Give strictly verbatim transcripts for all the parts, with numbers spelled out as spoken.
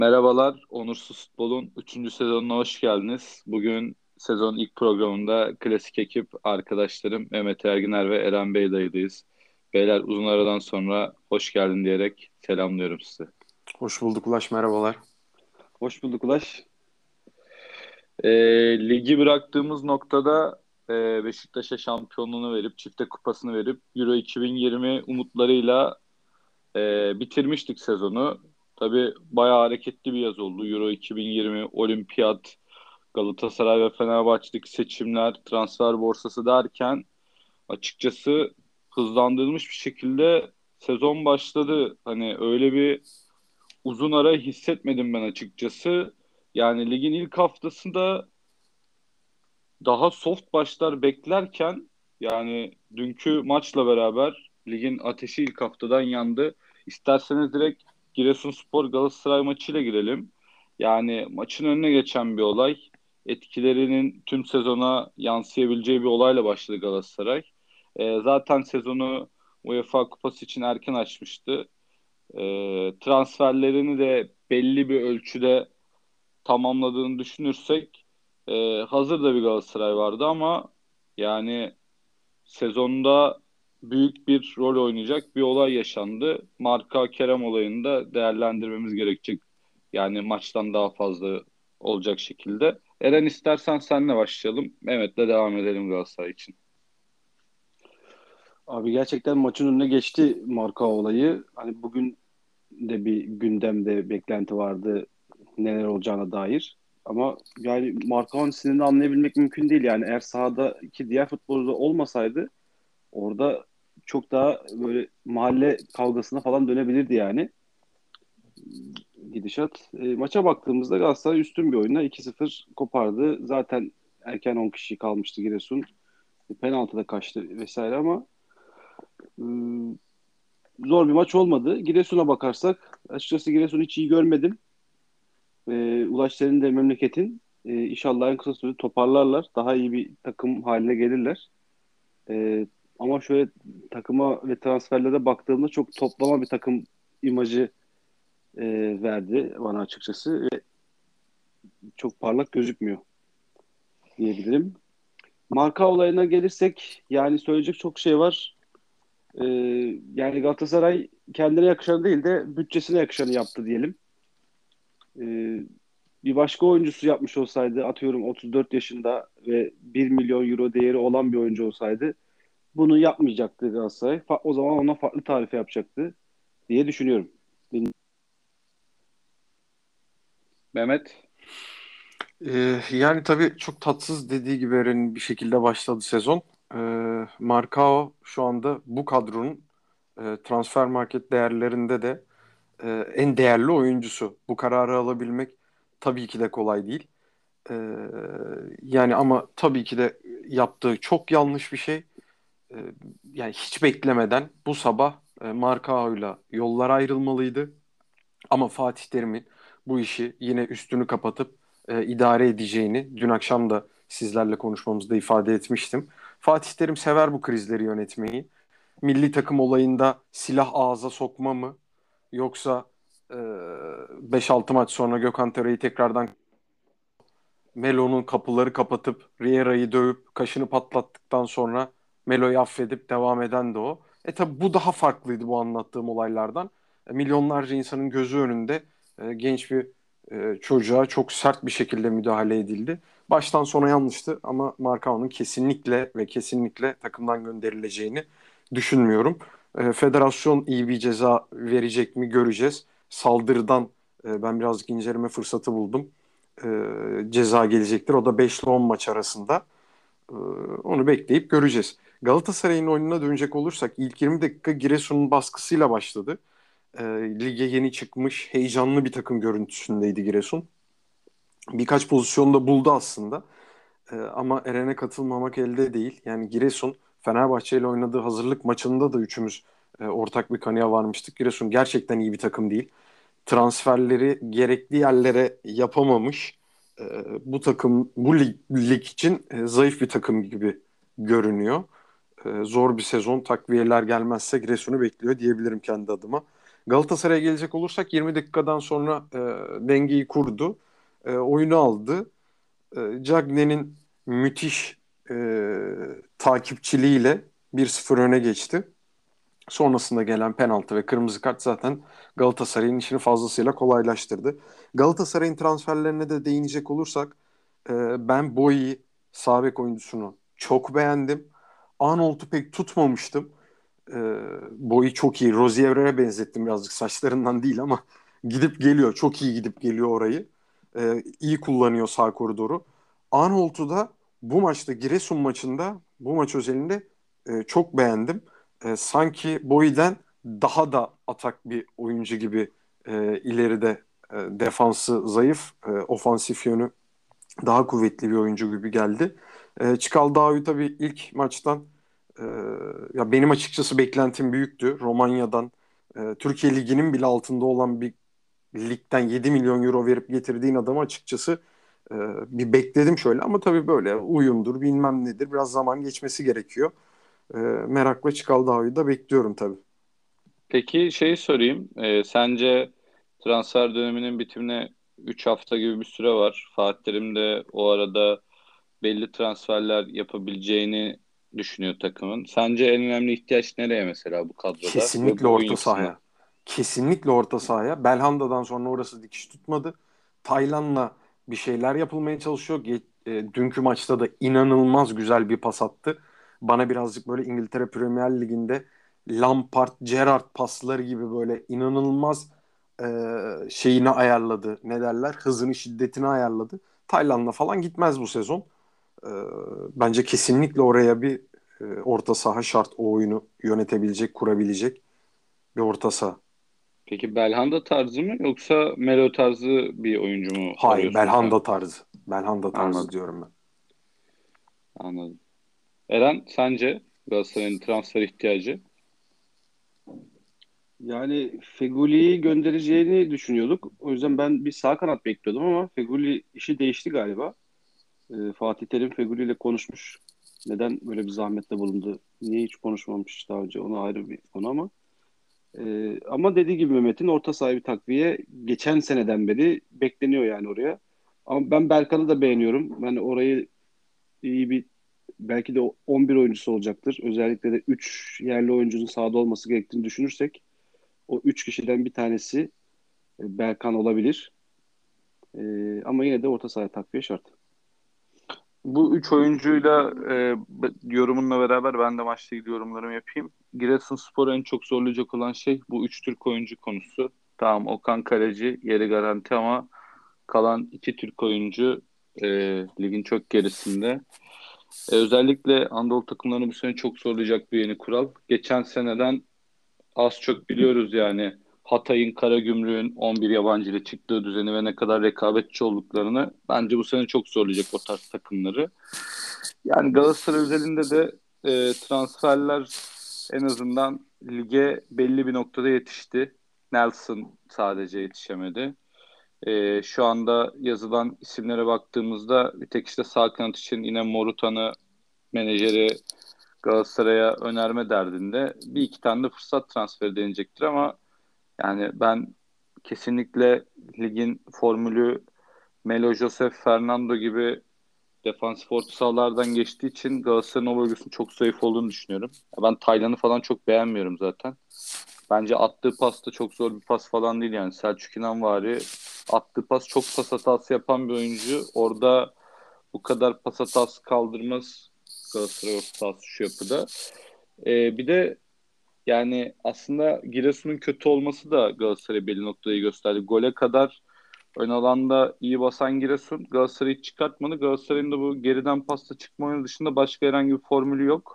Merhabalar, Onursuz Futbol'un üçüncü sezonuna hoş geldiniz. Bugün sezonun ilk programında klasik ekip arkadaşlarım Mehmet Erginer ve Eren Beydayı'dayız. Beyler uzun aradan sonra hoş geldin diyerek selamlıyorum sizi. Hoş bulduk Ulaş, merhabalar. Hoş bulduk Ulaş. E, Ligi bıraktığımız noktada e, Beşiktaş'a şampiyonluğunu verip, çifte kupasını verip Euro iki bin yirmi umutlarıyla e, bitirmiştik sezonu. Tabii bayağı hareketli bir yaz oldu. Euro iki bin yirmi, Olimpiyat, Galatasaray ve Fenerbahçe'deki seçimler, transfer borsası derken açıkçası hızlandırılmış bir şekilde sezon başladı. Hani öyle bir uzun ara hissetmedim ben açıkçası. Yani ligin ilk haftasında daha soft başlar beklerken yani dünkü maçla beraber ligin ateşi ilk haftadan yandı. İsterseniz direkt Giresunspor Galatasaray maçıyla girelim. Yani maçın önüne geçen bir olay. Etkilerinin tüm sezona yansıyabileceği bir olayla başladı Galatasaray. Ee, zaten sezonu UEFA Kupası için erken açmıştı. Ee, transferlerini de belli bir ölçüde tamamladığını düşünürsek e, hazır da bir Galatasaray vardı ama yani sezonda büyük bir rol oynayacak bir olay yaşandı. Marka Kerem olayını da değerlendirmemiz gerekecek. Yani maçtan daha fazla olacak şekilde. Eren istersen senle başlayalım. Mehmet'le devam edelim Galatasaray için. Abi gerçekten maçın önüne geçti marka olayı. Hani bugün de bir gündemde beklenti vardı neler olacağına dair. Ama yani Markao'nun sinirini anlayabilmek mümkün değil. Yani eğer sahadaki diğer futbolcular olmasaydı orada çok daha böyle mahalle kavgasına falan dönebilirdi yani gidişat. E, maça baktığımızda Galatasaray üstün bir oyunla iki sıfır kopardı. Zaten erken on kişi kalmıştı Giresun. Penaltıda kaçtı vesaire ama e, zor bir maç olmadı. Giresun'a bakarsak açıkçası Giresun'u hiç iyi görmedim. Ee, Ulaş senin de memleketin. Ee, inşallah en kısa sürede toparlarlar. Daha iyi bir takım haline gelirler. Ee, ama şöyle takıma ve transferlere baktığımda çok toplama bir takım imajı e, verdi bana açıkçası. Ve çok parlak gözükmüyor diyebilirim. Marka olayına gelirsek yani söyleyecek çok şey var. Ee, yani Galatasaray kendine yakışanı değil de bütçesine yakışanı yaptı diyelim. Ee, bir başka oyuncusu yapmış olsaydı atıyorum otuz dört yaşında ve bir milyon euro değeri olan bir oyuncu olsaydı bunu yapmayacaktı Galatasaray. Fa- o zaman ona farklı tarife yapacaktı diye düşünüyorum. Benim- Mehmet, Ee, yani tabii çok tatsız dediği gibi Eren'in bir şekilde başladı sezon. Ee, Marcao şu anda bu kadronun e, transfer market değerlerinde de e, en değerli oyuncusu. Bu kararı alabilmek tabii ki de kolay değil. Ee, yani ama tabii ki de yaptığı çok yanlış bir şey. Ee, yani hiç beklemeden bu sabah e, Marcao'yla yollar ayrılmalıydı. Ama Fatih Terim'in bu işi yine üstünü kapatıp e, idare edeceğini dün akşam da sizlerle konuşmamızda ifade etmiştim. Fatih Terim sever bu krizleri yönetmeyi. Milli takım olayında silah ağza sokma mı yoksa e, beş altı maç sonra Gökhan Töre'yi tekrardan Melo'nun kapıları kapatıp Riera'yı dövüp kaşını patlattıktan sonra Melo'yu affedip devam eden de o. E tabi bu daha farklıydı bu anlattığım olaylardan. E, milyonlarca insanın gözü önünde e, genç bir e, çocuğa çok sert bir şekilde müdahale edildi. Baştan sona yanlıştı ama Marcao'nun kesinlikle ve kesinlikle takımdan gönderileceğini düşünmüyorum. E, federasyon iyi bir ceza verecek mi göreceğiz. Saldırıdan e, ben birazcık inceleme fırsatı buldum, e, ceza gelecektir. O da beş ile on maç arasında. E, onu bekleyip göreceğiz. Galatasaray'ın oyununa dönecek olursak ilk yirmi dakika Giresun'un baskısıyla başladı. E, lige yeni çıkmış heyecanlı bir takım görüntüsündeydi Giresun. Birkaç pozisyonda buldu aslında. E, ama Eren'e katılmamak elde değil. Yani Giresun Fenerbahçe ile oynadığı hazırlık maçında da üçümüz e, ortak bir kanıya varmıştık. Giresun gerçekten iyi bir takım değil, transferleri gerekli yerlere yapamamış. E, bu takım bu lig, lig için e, zayıf bir takım gibi görünüyor. E, zor bir sezon, takviyeler gelmezse Giresun'u bekliyor diyebilirim kendi adıma. Galatasaray'a gelecek olursak yirmi dakikadan sonra e, dengeyi kurdu. E, oyunu aldı. E, Cagney'in müthiş e, takipçiliğiyle bir sıfır öne geçti. Sonrasında gelen penaltı ve kırmızı kart zaten Galatasaray'ın işini fazlasıyla kolaylaştırdı. Galatasaray'ın transferlerine de değinecek olursak e, ben Boyi sağ bek oyuncusunu çok beğendim. Arnold'u pek tutmamıştım. E, Boyi çok iyi. Rozier'e benzettim birazcık saçlarından değil ama gidip geliyor. Çok iyi gidip geliyor orayı. E, iyi kullanıyor sağ koridoru. Arnold'u da bu maçta Giresun maçında bu maç özelinde e, çok beğendim. E, sanki Boy'den daha da atak bir oyuncu gibi e, ileride e, defansı zayıf, e, ofansif yönü daha kuvvetli bir oyuncu gibi geldi. E, Çikaldağ'ı tabii ilk maçtan e, ya benim açıkçası beklentim büyüktü. Romanya'dan e, Türkiye Ligi'nin bile altında olan bir ligden yedi milyon euro verip getirdiğin adamı açıkçası e, bir bekledim şöyle ama tabii böyle uyumdur bilmem nedir biraz zaman geçmesi gerekiyor. E, merakla Çikaldağ'ı da bekliyorum tabii. Peki şey sorayım. Ee, sence transfer döneminin bitimine üç hafta gibi bir süre var. Fatih Terim de o arada belli transferler yapabileceğini düşünüyor takımın. Sence en önemli ihtiyaç nereye mesela bu kadroda ve Kesinlikle bu oyun orta yapısına? sahaya. Kesinlikle orta sahaya. Belhanda'dan sonra orası dikiş tutmadı. Taylan'la bir şeyler yapılmaya çalışıyor. Ge- e, dünkü maçta da inanılmaz güzel bir pas attı. Bana birazcık böyle İngiltere Premier Ligi'nde Lampard, Gerrard pasları gibi böyle inanılmaz e, şeyini ayarladı. Ne derler? Hızını, şiddetini ayarladı. Taylan'la falan gitmez bu sezon. E, Bence kesinlikle oraya bir e, orta saha şart, o oyunu yönetebilecek, kurabilecek bir orta saha. Peki Belhanda tarzı mı yoksa Melo tarzı bir oyuncu mu Hayır, arıyorsun sen? Belhanda tarzı. Belhanda tarzı Anladım, diyorum ben. anladım. Eren, sence Galatasaray'ın transfer ihtiyacı? Yani Feguli'yi göndereceğini düşünüyorduk. O yüzden ben bir sağ kanat bekliyordum ama Feguli işi değişti galiba. Ee, Fatih Terim Feguli ile konuşmuş. Neden böyle bir zahmette bulundu? Niye hiç konuşmamış daha önce? Ona ayrı bir konu ama. Ee, ama dediği gibi Mehmet'in orta saha bir takviye geçen seneden beri bekleniyor yani oraya. Ama ben Berkan'ı da beğeniyorum. Yani orayı iyi bir belki de on bir oyuncusu olacaktır. Özellikle de üç yerli oyuncunun sahada olması gerektiğini düşünürsek o üç kişiden bir tanesi e, Berkan olabilir. Ee, ama yine de orta saha takviye şart. Bu üç oyuncuyla e, b- yorumunla beraber ben de maçla ilgili yorumlarımı yapayım. Giresunspor'u en çok zorlayacak olan şey bu üç Türk oyuncu konusu. Tamam, Okan Kaleci yeri garanti ama kalan iki Türk oyuncu e, ligin çok gerisinde. E, özellikle Anadolu takımlarını bu sene çok zorlayacak bir yeni kural. Geçen seneden az çok biliyoruz yani Hatay'ın, Karagümrük'ün on bir yabancı ile çıktığı düzeni ve ne kadar rekabetçi olduklarını bence bu sene çok zorlayacak o tarz takımları. Yani Galatasaray özelinde de e, transferler en azından lige belli bir noktada yetişti. Nelson sadece yetişemedi. E, şu anda yazılan isimlere baktığımızda bir tek işte sağ kanat için yine Morutan'ı menajeri Galatasaray'a önerme derdinde. Bir iki tane de fırsat transferi deneyecektir ama yani ben kesinlikle ligin formülü Melo, Josef, Fernando gibi defansif orta sahalardan geçtiği için Galatasaray'ın o bölgesinin çok zayıf olduğunu düşünüyorum. Ben Taylan'ı falan çok beğenmiyorum zaten. Bence attığı pas da çok zor bir pas falan değil yani. Selçuk İnanvari attığı pas çok pas hatası yapan bir oyuncu. Orada bu kadar pas hatası kaldırmaz Galatasaray orta sahası şu yapıda. Ee, bir de yani aslında Giresun'un kötü olması da Galatasaray'a belli noktayı gösterdi. Gole kadar ön alanda iyi basan Giresun Galatasaray'ı hiç çıkartmadı. Galatasaray'ın da bu geriden pasta çıkma oyunu dışında başka herhangi bir formülü yok.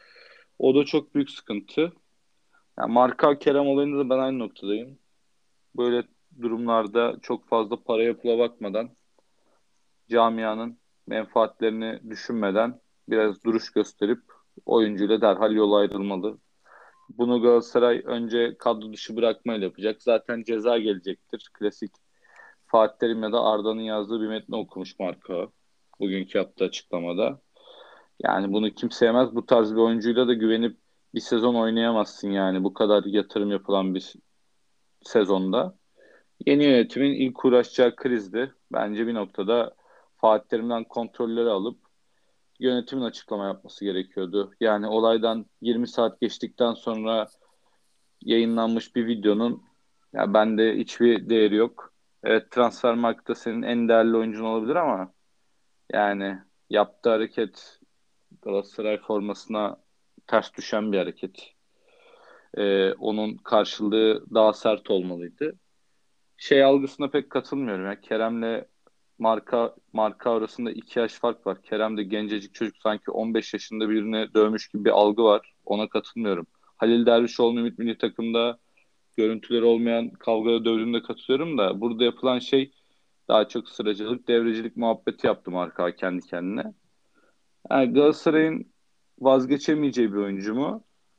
O da çok büyük sıkıntı. Yani Marka Kerem olayında da ben aynı noktadayım. Böyle durumlarda çok fazla paraya pula bakmadan camianın menfaatlerini düşünmeden biraz duruş gösterip oyuncuyla derhal yol ayrılmalı. Bunu Galatasaray önce kadro dışı bırakmayla yapacak. Zaten ceza gelecektir. Klasik Fatih Terim ya da Arda'nın yazdığı bir metni okumuş Marka bugünkü yaptığı açıklamada. Yani bunu kim sevmez. Bu tarz bir oyuncuyla da güvenip bir sezon oynayamazsın yani. Bu kadar yatırım yapılan bir sezonda. Yeni yönetimin ilk uğraşacağı krizdi. Bence bir noktada Fatih Terim'den kontrolleri alıp yönetimin açıklama yapması gerekiyordu. Yani olaydan yirmi saat geçtikten sonra yayınlanmış bir videonun ya bende hiçbir değeri yok. Evet, Transfermarkt'ta senin en değerli oyuncun olabilir ama yani yaptığı hareket Galatasaray formasına ters düşen bir hareket. Ee, onun karşılığı daha sert olmalıydı. Şey algısına pek katılmıyorum ya. Kerem'le marka marka arasında iki yaş fark var. Kerem de gencecik çocuk, sanki on beş yaşında birini dövmüş gibi bir algı var. Ona katılmıyorum. Halil Dervişoğlu'nun Ümit Milli Takım'da görüntüleri olmayan kavgada dövdüğünde katılıyorum da burada yapılan şey daha çok sıracılık, devrecilik muhabbeti yaptı marka kendi kendine. Yani Galatasaray'ın vazgeçemeyeceği bir oyuncu mu?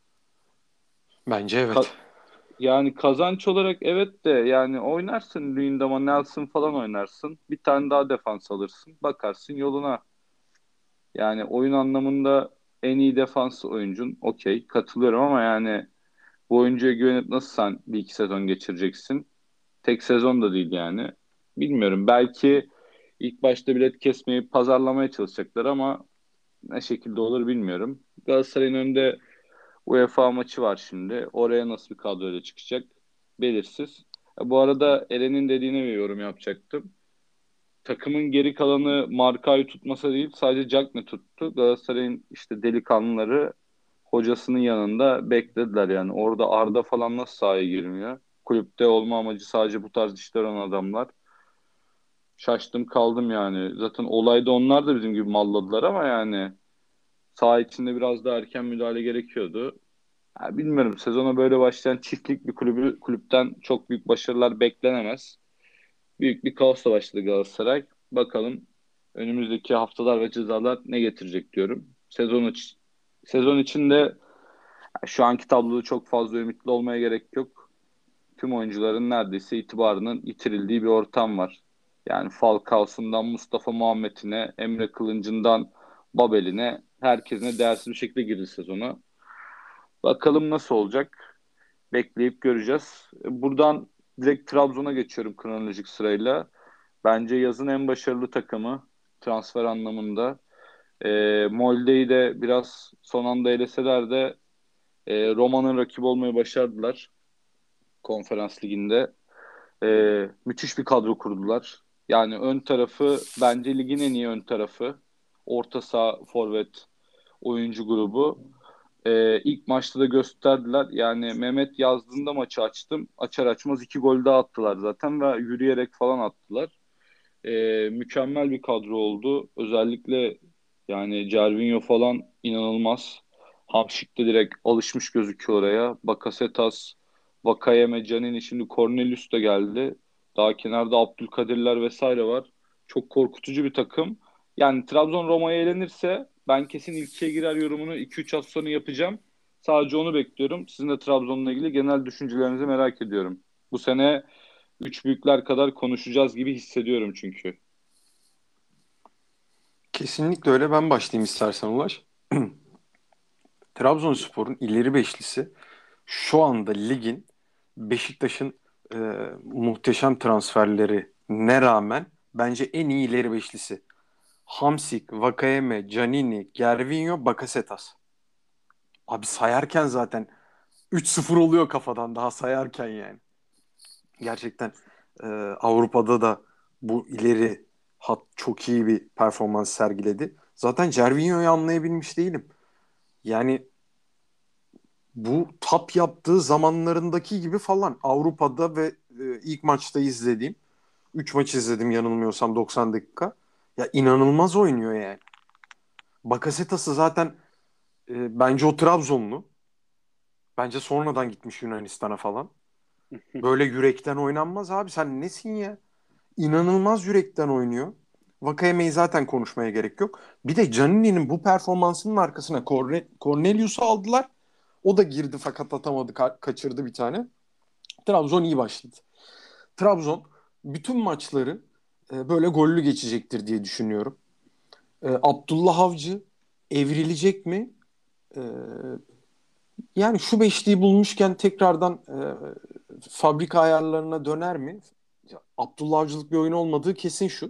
Bence Ka- evet. Yani kazanç olarak evet de yani oynarsın Luyendam'a, Nelson falan oynarsın. Bir tane daha defans alırsın. Bakarsın yoluna. Yani oyun anlamında en iyi defans oyuncun. Okey, katılıyorum ama yani bu oyuncuya güvenip nasıl sen bir iki sezon geçireceksin? Tek sezon da değil yani. Bilmiyorum. Belki ilk başta bilet kesmeyi pazarlamaya çalışacaklar ama ne şekilde olur bilmiyorum. Galatasaray'ın önünde UEFA maçı var şimdi. Oraya nasıl bir kadroyla çıkacak? Belirsiz. E, Bu arada Eren'in dediğine bir yorum yapacaktım. Takımın geri kalanı markayı tutmasa değil, sadece Cagney tuttu. Galatasaray'ın işte delikanlıları hocasının yanında beklediler yani. Orada Arda falan nasıl sahaya girmiyor? Kulüpte olma amacı sadece bu tarz işler olan adamlar. Şaştım kaldım yani. Zaten olayda onlar da bizim gibi malladılar ama yani saha içinde biraz daha erken müdahale gerekiyordu. Ya bilmiyorum, sezona böyle başlayan çiftlik bir kulübü, kulüpten çok büyük başarılar beklenemez. Büyük bir kaosla başladı Galatasaray. Bakalım önümüzdeki haftalar ve cezalar ne getirecek diyorum. Sezon, iç, sezon içinde şu anki tabloda çok fazla ümitli olmaya gerek yok. Tüm oyuncuların neredeyse itibarının yitirildiği bir ortam var. Yani Falcao'sundan Mustafa Muhammed'ine, Emre Kılınç'ından Babel'ine, herkesine değersiz bir şekilde girdi sezona. Bakalım nasıl olacak? Bekleyip göreceğiz. Buradan direkt Trabzon'a geçiyorum kronolojik sırayla. Bence yazın en başarılı takımı transfer anlamında. E, Molde'yi de biraz son anda eleseler de e, Roma'nın rakibi olmayı başardılar Konferans Ligi'nde. E, Müthiş bir kadro kurdular. Yani ön tarafı bence ligin en iyi ön tarafı. Orta saha, forvet, oyuncu grubu. Ee, ilk maçta da gösterdiler. Yani Mehmet yazdığında maçı açtım. Açar açmaz iki gol daha attılar zaten ve yürüyerek falan attılar. Ee, mükemmel bir kadro oldu. Özellikle yani Cervinho falan inanılmaz. Hamşik de direkt alışmış gözüküyor oraya. Bakasetas, Vakayeme, Canini, şimdi Cornelius da geldi. Daha kenarda Abdülkadirler vesaire var. Çok korkutucu bir takım. Yani Trabzon Roma'ya elenirse ben kesin ilk ikiye girer yorumunu iki üç hafta sonra yapacağım. Sadece onu bekliyorum. Sizin de Trabzon'la ilgili genel düşüncelerinizi merak ediyorum. Bu sene üç büyükler kadar konuşacağız gibi hissediyorum çünkü. Kesinlikle öyle. Ben başlayayım istersen Ulaş. Trabzonspor'un ileri beşlisi şu anda ligin Beşiktaş'ın e, muhteşem transferleri ne rağmen bence en iyi ileri beşlisi. Hamsik, Vakayeme, Canini, Gervinho, Bakasetas. Abi sayarken zaten üç sıfır oluyor kafadan daha sayarken yani. Gerçekten e, Avrupa'da da bu ileri hat çok iyi bir performans sergiledi. Zaten Gervinho'yu anlayabilmiş değilim. Yani bu tap yaptığı zamanlarındaki gibi falan Avrupa'da ve e, ilk maçta izlediğim üç maç izledim yanılmıyorsam doksan dakika. Ya inanılmaz oynuyor yani. Bakasetas'ı zaten e, bence o Trabzonlu. Bence sonradan gitmiş Yunanistan'a falan. Böyle yürekten oynanmaz abi. Sen nesin ya? İnanılmaz yürekten oynuyor. Vakayeme'yi zaten konuşmaya gerek yok. Bir de Canini'nin bu performansının arkasına Corne- Cornelius'u aldılar. O da girdi fakat atamadı, ka- kaçırdı bir tane. Trabzon iyi başladı. Trabzon bütün maçları e, böyle gollü geçecektir diye düşünüyorum. E, Abdullah Avcı evrilecek mi? E, Yani şu beşliği bulmuşken tekrardan fabrika ayarlarına döner mi? Ya, Abdullah Avcılık bir oyun olmadığı kesin şu.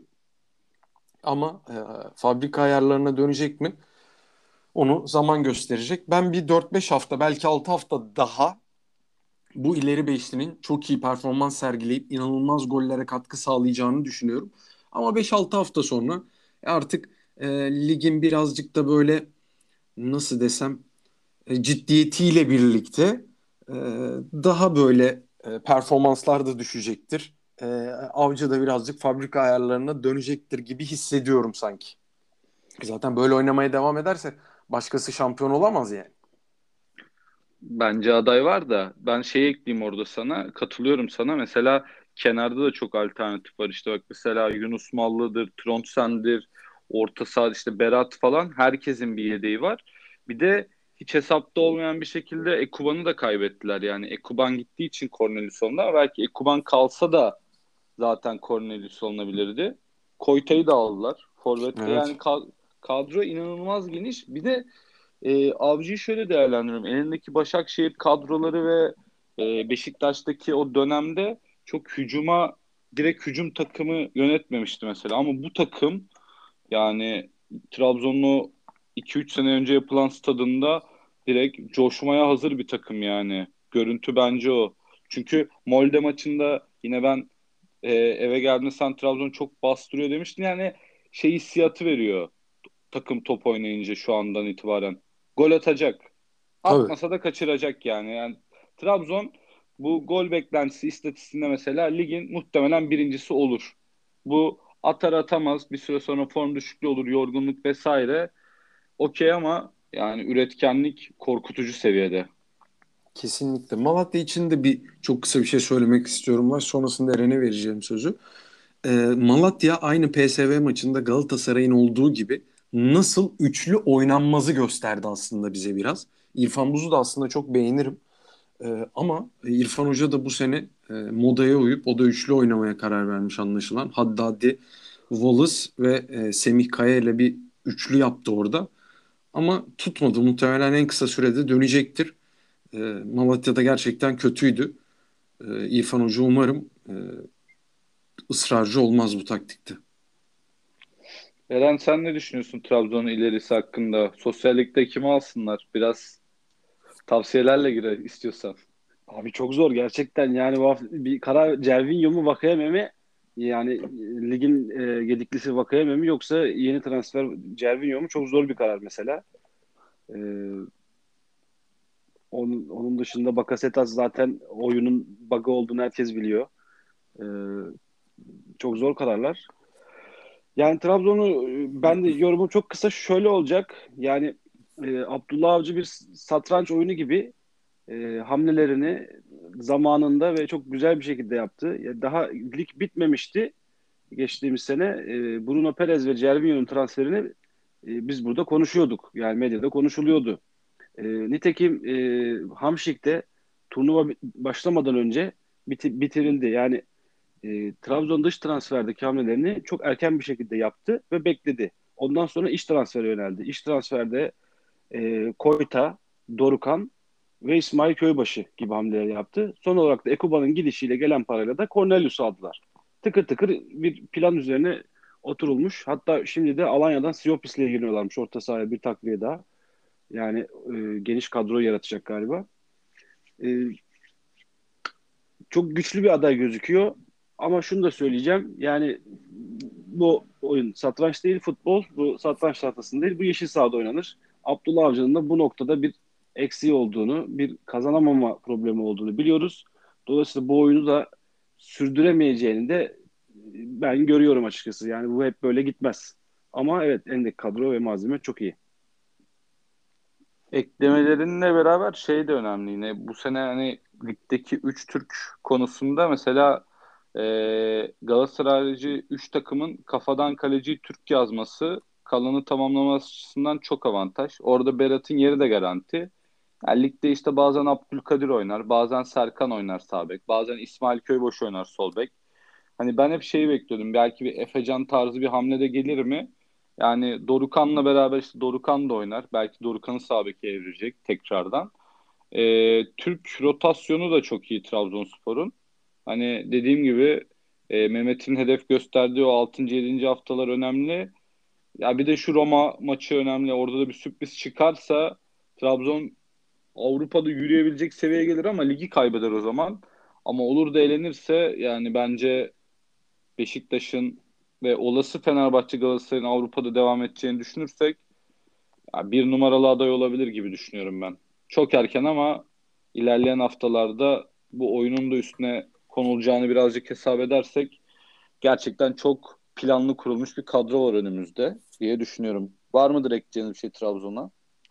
Ama e, fabrika ayarlarına dönecek mi? Onu zaman gösterecek. Ben bir dört beş hafta, belki altı hafta daha bu ileri beşlinin çok iyi performans sergileyip inanılmaz gollere katkı sağlayacağını düşünüyorum. Ama beş altı hafta sonra artık e, ligin birazcık da böyle, nasıl desem, e, ciddiyetiyle birlikte e, daha böyle e, performanslar da düşecektir. E, Avcı da birazcık fabrika ayarlarına dönecektir gibi hissediyorum sanki. Zaten böyle oynamaya devam ederse başkası şampiyon olamaz yani. Bence aday var da ben şey ekleyeyim orada sana. Katılıyorum sana. Mesela kenarda da çok alternatif var. İşte bak mesela Yunus Mallı'dır, Trondsen'dir, orta saha işte Berat falan herkesin bir yedeği var. Bir de hiç hesapta olmayan bir şekilde Ekuban'ı da kaybettiler. Yani Ekuban gittiği için Corneliuson'da belki Ekuban kalsa da zaten Cornelius alınabilirdi. Koyta'yı da aldılar. Forvet'te yani Evet. ka- kadro inanılmaz geniş. Bir de e, Avcı'yı şöyle değerlendiriyorum. Elindeki Başakşehir kadroları ve e, Beşiktaş'taki o dönemde çok hücuma direkt hücum takımı yönetmemişti mesela. Ama bu takım yani Trabzon'un o iki üç sene önce yapılan stadında direkt coşmaya hazır bir takım yani. Görüntü bence o. Çünkü Molde maçında yine ben e, eve geldiğinde sen Trabzon çok bastırıyor demiştin. Yani şey hissiyatı veriyor takım top oynayınca şu andan itibaren. Gol atacak. Tabii. Atmasa da kaçıracak yani. Yani Trabzon bu gol beklentisi istatistiğinde mesela ligin muhtemelen birincisi olur. Bu atar atamaz bir süre sonra form düşüklüğü olur, yorgunluk vesaire. Okey ama yani üretkenlik korkutucu seviyede. Kesinlikle. Malatya için de bir çok kısa bir şey söylemek istiyorum var. Sonrasında Eren'e vereceğim sözü. Ee, Malatya aynı P S V maçında Galatasaray'ın olduğu gibi nasıl üçlü oynanmazı gösterdi aslında bize biraz. İrfan Buz'u da aslında çok beğenirim. Ee, ama İrfan Hoca da bu sene e, modaya uyup o da üçlü oynamaya karar vermiş anlaşılan. Haddadi, Wallace ve e, Semih Kaya ile bir üçlü yaptı orada. Ama tutmadı. Muhtemelen en kısa sürede dönecektir. E, Malatya'da gerçekten kötüydü. E, İrfan Hoca umarım e, ısrarcı olmaz bu taktikte. Eren sen ne düşünüyorsun Trabzon'un ilerisi hakkında? Sosyallikte kimi alsınlar? Biraz tavsiyelerle gire istiyorsan. Abi çok zor gerçekten. Yani bu hafta bir karar Cervinho mu Vakayeme mi? Yani e, ligin e, gediklisi Vakayeme mi yoksa yeni transfer Cervinho mu? Çok zor bir karar mesela. E, onun, onun dışında Bakasetas zaten oyunun bug'ı olduğunu herkes biliyor. E, çok zor kararlar. Yani Trabzon'u e, ben de yorumum çok kısa şöyle olacak. Yani e, Abdullah Avcı bir satranç oyunu gibi e, hamlelerini zamanında ve çok güzel bir şekilde yaptı. Ya daha lig bitmemişti geçtiğimiz sene. E, Bruno Perez ve Gervinho'nun transferini e, biz burada konuşuyorduk. Yani medyada konuşuluyordu. E, nitekim e, Hamşik'te turnuva bi- başlamadan önce biti- bitirildi. Yani e, Trabzon dış transferdeki hamlelerini çok erken bir şekilde yaptı ve bekledi. Ondan sonra iç transfere yöneldi. İç transferde e, Koyta, Dorukan ve İsmail Köybaşı gibi hamleler yaptı. Son olarak da Ekuba'nın gidişiyle gelen parayla da Cornelius'u aldılar. Tıkır tıkır bir plan üzerine oturulmuş. Hatta şimdi de Alanya'dan Siopis'le ilgileniyorlarmış orta sahaya bir takviye daha. Yani e, geniş kadro yaratacak galiba. E, çok güçlü bir aday gözüküyor. Ama şunu da söyleyeceğim. Yani bu oyun satranç değil futbol. Bu satranç tahtasında değil. Bu yeşil sahada oynanır. Abdullah Avcı'nın da bu noktada bir eksiği olduğunu, bir kazanamama problemi olduğunu biliyoruz. Dolayısıyla bu oyunu da sürdüremeyeceğini de ben görüyorum açıkçası. Yani bu hep böyle gitmez. Ama evet elindeki kadro ve malzeme çok iyi. Eklemelerinle beraber şey de önemli yine. Bu sene hani ligdeki üç Türk konusunda mesela e, Galatasaraylıcı üç takımın kafadan kaleciyi Türk yazması kalanı tamamlaması açısından çok avantaj. Orada Berat'ın yeri de garanti. Yani ligde işte bazen Abdülkadir oynar, bazen Serkan oynar sağ bek, bazen İsmail Köyboş oynar sol bek. Hani ben hep şeyi bekliyordum. Belki bir Efecan tarzı bir hamle de gelir mi? Yani Dorukhan'la beraber işte Dorukhan da oynar. Belki Dorukhan'ı sağ beke evirecek tekrardan. E, Türk rotasyonu da çok iyi Trabzonspor'un. Hani dediğim gibi e, Mehmet'in hedef gösterdiği o altıncı yedinci haftalar önemli. Ya bir de şu Roma maçı önemli. Orada da bir sürpriz çıkarsa Trabzon Avrupa'da yürüyebilecek seviyeye gelir ama ligi kaybeder o zaman. Ama olur da elenirse yani bence Beşiktaş'ın ve olası Fenerbahçe Galatasaray'ın Avrupa'da devam edeceğini düşünürsek ya bir numaralı aday olabilir gibi düşünüyorum ben. Çok erken ama ilerleyen haftalarda bu oyunun da üstüne konulacağını birazcık hesap edersek gerçekten çok planlı kurulmuş bir kadro var önümüzde diye düşünüyorum. Var mıdır ekleyeceğiniz bir şey Trabzon'a?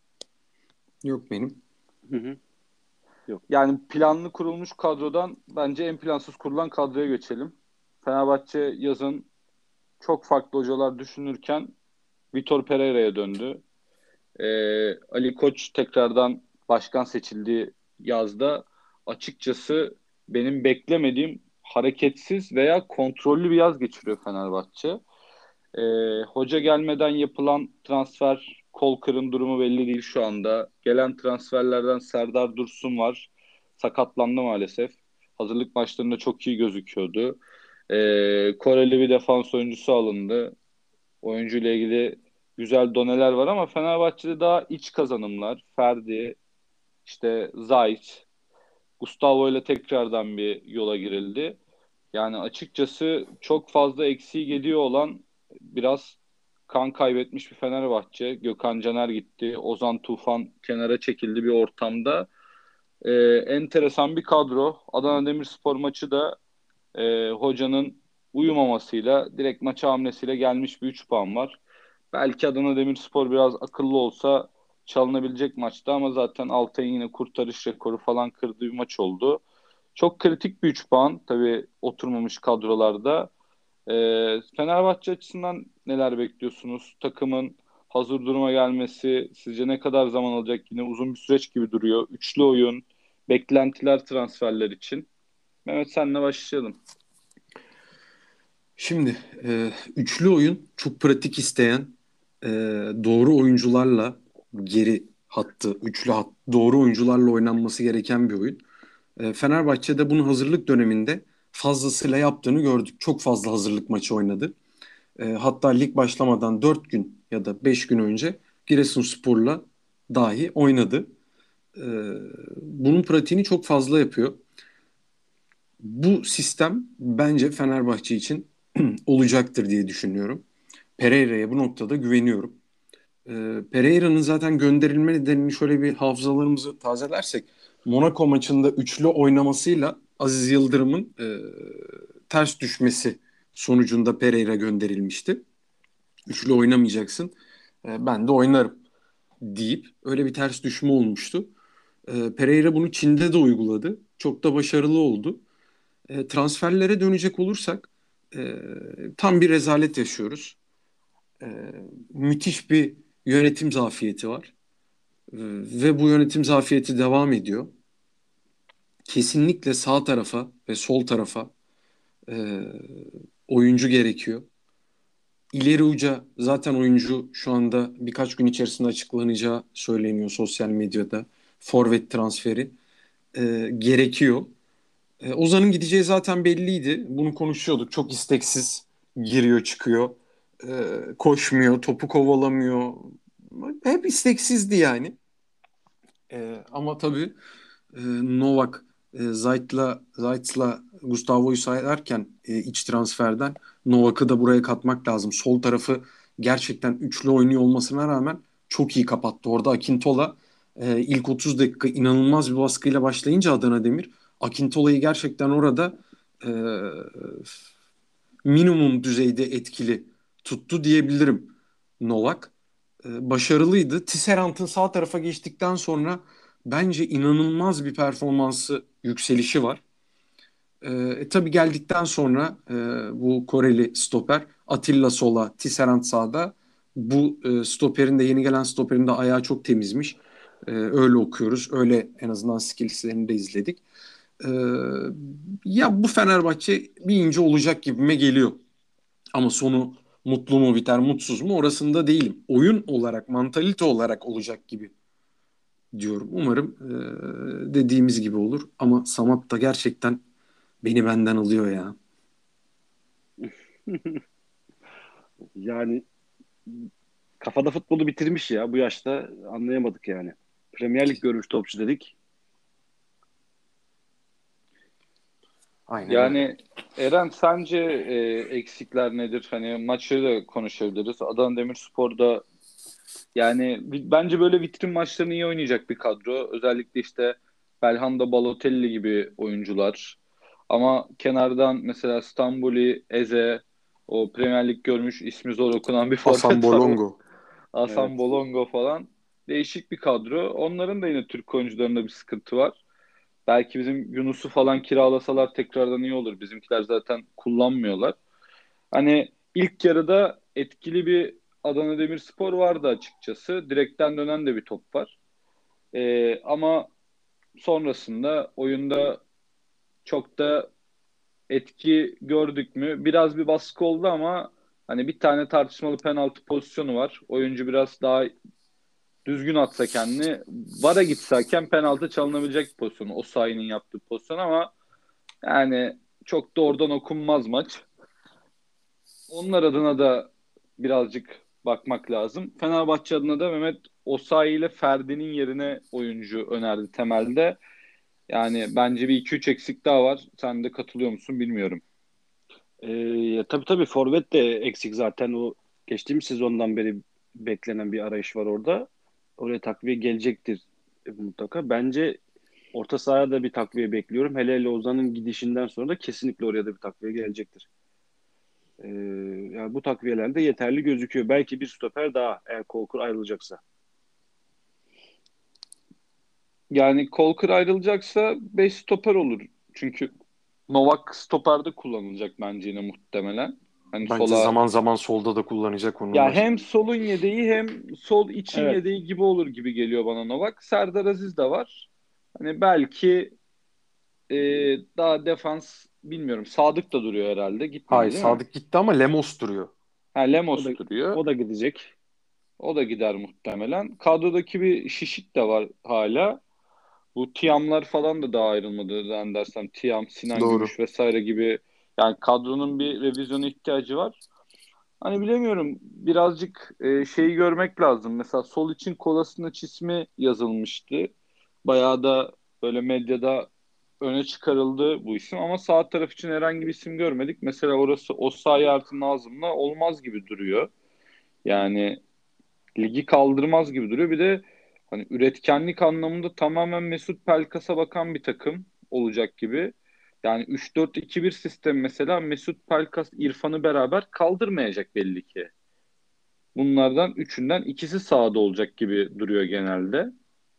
Yok benim. Hı hı. Yok. Yani planlı kurulmuş kadrodan bence en plansız kurulan kadroya geçelim. Fenerbahçe yazın çok farklı hocalar düşünürken Vitor Pereira'ya döndü. Ee, Ali Koç tekrardan başkan seçildiği yazda açıkçası benim beklemediğim hareketsiz veya kontrollü bir yaz geçiriyor Fenerbahçe. Ee, hoca gelmeden yapılan transfer kol kırım durumu belli değil şu anda. Gelen transferlerden Serdar Dursun var. Sakatlandı maalesef. Hazırlık maçlarında çok iyi gözüküyordu. Ee, Koreli bir defans oyuncusu alındı. Oyuncuyla ilgili güzel doneler var ama Fenerbahçe'de daha iç kazanımlar. Ferdi, işte Zayt, Gustavo ile tekrardan bir yola girildi. Yani açıkçası çok fazla eksiği geliyor olan biraz kan kaybetmiş bir Fenerbahçe. Gökhan Caner gitti. Ozan Tufan kenara çekildi bir ortamda. Ee, enteresan bir kadro. Adana Demirspor maçı da e, hocanın uyumamasıyla direkt maça hamlesiyle gelmiş bir üç puan var. Belki Adana Demirspor biraz akıllı olsa çalınabilecek maçtı ama zaten Altay'ın yine kurtarış rekoru falan kırdığı bir maç oldu. Çok kritik bir üç puan tabii oturmamış kadrolarda. Ee, Fenerbahçe açısından neler bekliyorsunuz? Takımın hazır duruma gelmesi sizce ne kadar zaman alacak? Yine uzun bir süreç gibi duruyor. Üçlü oyun, beklentiler transferler için. Mehmet senle başlayalım. Şimdi e, üçlü oyun çok pratik isteyen e, doğru oyuncularla geri hattı, üçlü hat, doğru oyuncularla oynanması gereken bir oyun. E, Fenerbahçe'de bunu hazırlık döneminde fazlasıyla yaptığını gördük. Çok fazla hazırlık maçı oynadı. E, hatta lig başlamadan dört gün ya da beş gün önce Giresunspor'la dahi oynadı. E, bunun pratiğini çok fazla yapıyor. Bu sistem bence Fenerbahçe için olacaktır diye düşünüyorum. Pereira'ya bu noktada güveniyorum. Ee, Pereira'nın zaten gönderilme nedenini şöyle bir hafızalarımızı tazelersek Monaco maçında üçlü oynamasıyla Aziz Yıldırım'ın e, ters düşmesi sonucunda Pereira gönderilmişti. Üçlü oynamayacaksın. E, ben de oynarım deyip öyle bir ters düşme olmuştu. E, Pereira bunu Çin'de de uyguladı. Çok da başarılı oldu. E, transferlere dönecek olursak e, tam bir rezalet yaşıyoruz. E, müthiş bir yönetim zafiyeti var. E, ve bu yönetim zafiyeti devam ediyor. Kesinlikle sağ tarafa ve sol tarafa e, oyuncu gerekiyor. İleri uca zaten oyuncu şu anda birkaç gün içerisinde açıklanacağı söyleniyor sosyal medyada. Forvet transferi e, gerekiyor. E, Ozan'ın gideceği zaten belliydi. Bunu konuşuyorduk. Çok isteksiz giriyor çıkıyor. E, koşmuyor, topu kovalamıyor. Hep isteksizdi yani. E, ama tabii e, Novak, e, Zayt'la Zayt'la Gustavo'yu sayarken e, iç transferden Novak'ı da buraya katmak lazım. Sol tarafı gerçekten üçlü oynuyor olmasına rağmen çok iyi kapattı. Orada Akintola e, ilk otuz dakika inanılmaz bir baskıyla başlayınca Adana Demir Akintola'yı gerçekten orada e, minimum düzeyde etkili tuttu diyebilirim Novak. E, başarılıydı. Tisserant'ın sağ tarafa geçtikten sonra bence inanılmaz bir performansı yükselişi var. E, e, tabii geldikten sonra e, bu Koreli stoper Atilla sola, Tisserant sağda. Bu e, stoperin de yeni gelen stoperin de ayağı çok temizmiş. E, öyle okuyoruz. Öyle en azından skillslerini de izledik. E, ya bu Fenerbahçe bir ince olacak gibime geliyor. Ama sonu mutlu mu biter, mutsuz mu orasında değilim. Oyun olarak, mantalite olarak olacak gibi diyorum. Umarım e, dediğimiz gibi olur. Ama Samat da gerçekten beni benden alıyor ya. Yani kafada futbolu bitirmiş ya bu yaşta, anlayamadık yani. Premier Lig görmüş topçu dedik. Aynen öyle. Yani Eren, sence e, eksikler nedir? Hani maçı da konuşabiliriz. Adana Demirspor'da yani bi- bence böyle vitrin maçlarını iyi oynayacak bir kadro. Özellikle işte Belhanda, Balotelli gibi oyuncular. Ama kenardan mesela Stamboli, Eze, o Premier Lig görmüş ismi zor okunan bir Hasan forvet var. O Bolongo. Hasan Evet. Bolongo falan. Değişik bir kadro. Onların da yine Türk oyuncularında bir sıkıntı var. Belki bizim Yunus'u falan kiralasalar tekrardan iyi olur. Bizimkiler zaten kullanmıyorlar. Hani ilk yarıda etkili bir Adana Demirspor vardı açıkçası. Direkten dönen de bir top var. Ee, ama sonrasında oyunda çok da etki gördük mü? Biraz bir baskı oldu ama hani bir tane tartışmalı penaltı pozisyonu var. Oyuncu biraz daha düzgün atsa kendini, VAR'a gitse hakem penaltı çalınabilecek bir pozisyon. O Osayi'nin yaptığı pozisyon ama yani çok da oradan okunmaz maç. Onlar adına da birazcık bakmak lazım. Fenerbahçe adına da Mehmet Osayi ile Ferdi'nin yerine oyuncu önerdi temelde. Yani bence bir iki üç eksik daha var. Sen de katılıyor musun bilmiyorum. Ee, ya tabii tabii forvet de eksik zaten, o geçtiğimiz sezondan beri beklenen bir arayış var orada. Oraya takviye gelecektir e, mutlaka. Bence orta sahaya da bir takviye bekliyorum. Hele hele Ozan'ın gidişinden sonra da kesinlikle oraya da bir takviye gelecektir. Ee, yani bu takviyeler de yeterli gözüküyor. Belki bir stoper daha, eğer Kolkur ayrılacaksa. Yani Kolkır ayrılacaksa beş stoper olur. Çünkü Novak stoperde kullanılacak bence yine muhtemelen. Hani Bence sola, zaman zaman solda da kullanacak onun ya baş. hem solun yedeği hem sol için Evet. yedeği gibi olur gibi geliyor bana Novak. Serdar Aziz de var. Hani belki e, daha defans bilmiyorum. Sadık da duruyor herhalde. Hayır, Gitmedi değil mi? Sadık gitti ama Lemos duruyor. Ha, O da Lemos duruyor. o da gidecek. O da gider muhtemelen. Kadrodaki bir şişik de var hala. Bu Tiam'lar falan da daha ayrılmadı zannedersem. Tiam, Sinan Doğru. Gümüş vesaire gibi. Yani kadronun bir revizyona ihtiyacı var. Hani bilemiyorum. Birazcık e, şeyi görmek lazım. Mesela sol için Kolasinac ismi yazılmıştı. Bayağı da böyle medyada öne çıkarıldı bu isim. Ama sağ taraf için herhangi bir isim görmedik. Mesela orası Osayi artı Nazım'la olmaz gibi duruyor. Yani ligi kaldırmaz gibi duruyor. Bir de hani üretkenlik anlamında tamamen Mesut Pelkas'a bakan bir takım olacak gibi. Yani üç dört iki bir sistem mesela Mesut Pelkas, İrfan'ı beraber kaldırmayacak belli ki. Bunlardan üçünden ikisi sahada olacak gibi duruyor genelde.